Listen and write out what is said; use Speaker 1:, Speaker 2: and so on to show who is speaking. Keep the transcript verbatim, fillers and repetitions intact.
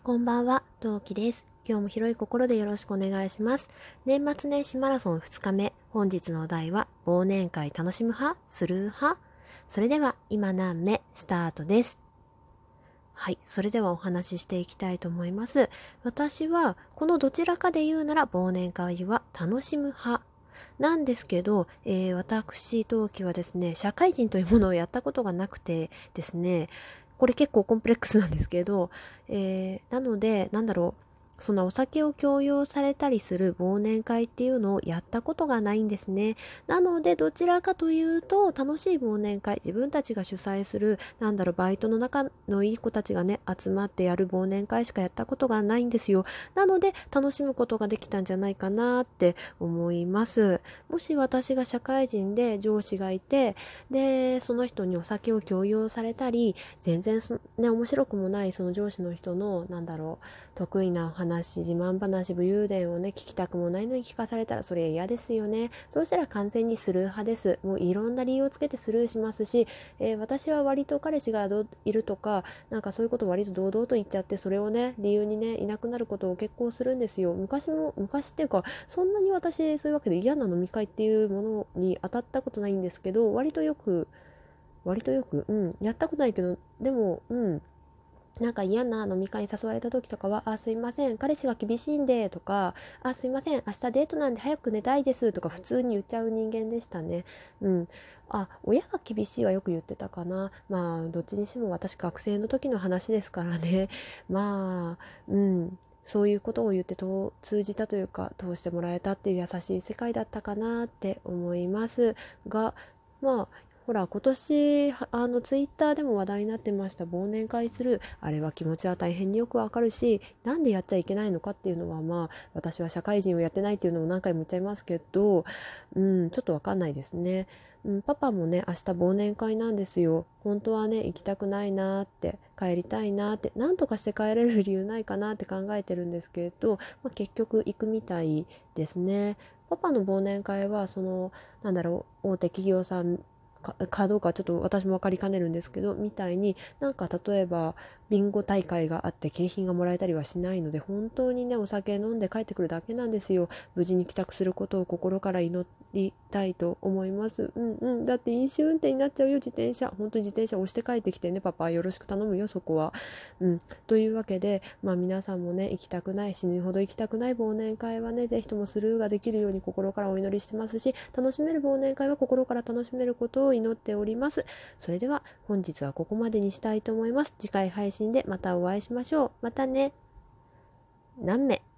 Speaker 1: こんばんは、トウキです。今日も広い心でよろしくお願いします。年末年始マラソンふつかめ、本日のお題は、忘年会楽しむ派する派。それでは、今何目スタートです。はい、それではお話ししていきたいと思います。私は、このどちらかで言うなら、忘年会は楽しむ派。なんですけど、えー、私、陶器はですね、社会人というものをやったことがなくてですね、これ結構コンプレックスなんですけど、えー、なので、なんだろう、そのお酒を強要されたりする忘年会っていうのをやったことがないんですね。なので、どちらかというと、楽しい忘年会、自分たちが主催する、なんだろう、バイトの中のいい子たちがね、集まってやる忘年会しかやったことがないんですよ。なので、楽しむことができたんじゃないかなって思います。もし私が社会人で上司がいて、で、その人にお酒を強要されたり、全然そ、ね、面白くもないその上司の人の、なんだろう、得意なお話、自慢話、武勇伝をね、聞きたくもないのに聞かされたら、それ嫌ですよね。そうしたら完全にスルー派です。もういろんな理由をつけてスルーしますし、えー私は割と彼氏がどいるとか、なんかそういうことを割と堂々と言っちゃって、それをね、理由にね、いなくなることを結構するんですよ。昔も、昔っていうか、そんなに私、そういうわけで嫌な飲み会っていうものに当たったことないんですけど、割とよく、割とよく、うん、やったことないけど、でも、うん、なんか嫌な飲み会に誘われた時とかは、あ、すいません、彼氏が厳しいんで、とか、あ、すいません、明日デートなんで早く寝たいです、とか普通に言っちゃう人間でしたね。うん。あ、親が厳しいはよく言ってたかな。まあ、どっちにしても私学生の時の話ですからね。まあ、うん。そういうことを言ってと通じたというか、通してもらえたっていう優しい世界だったかなって思いますが、まあ、ほら、今年、あの、ツイッターでも話題になってました忘年会する。あれは気持ちは大変によくわかるし、なんでやっちゃいけないのかっていうのは、まあ、私は社会人をやってないっていうのも何回も言っちゃいますけど、うん、ちょっとわかんないですね。うん、パパもね、明日忘年会なんですよ。本当はね、行きたくないなーって、帰りたいなーって、なんとかして帰れる理由ないかなって考えてるんですけど、まあ、結局行くみたいですね。パパの忘年会は、その、なんだろう、大手企業さんかかどうかちょっと私も分かりかねるんですけど、みたいになんか例えばビンゴ大会があって景品がもらえたりはしないので、本当にね、お酒飲んで帰ってくるだけなんですよ。無事に帰宅することを心から祈りたいと思います。うんうん。だって飲酒運転になっちゃうよ、自転車。本当に自転車押して帰ってきてね、パパよろしく頼むよ、そこは。うん。というわけで、まあ皆さんもね、行きたくない、死ぬほど行きたくない忘年会はね、ぜひともスルーができるように心からお祈りしてますし、楽しめる忘年会は心から楽しめることを祈っております。それでは本日はここまでにしたいと思います。次回配信でまたお会いしましょう。またね。何名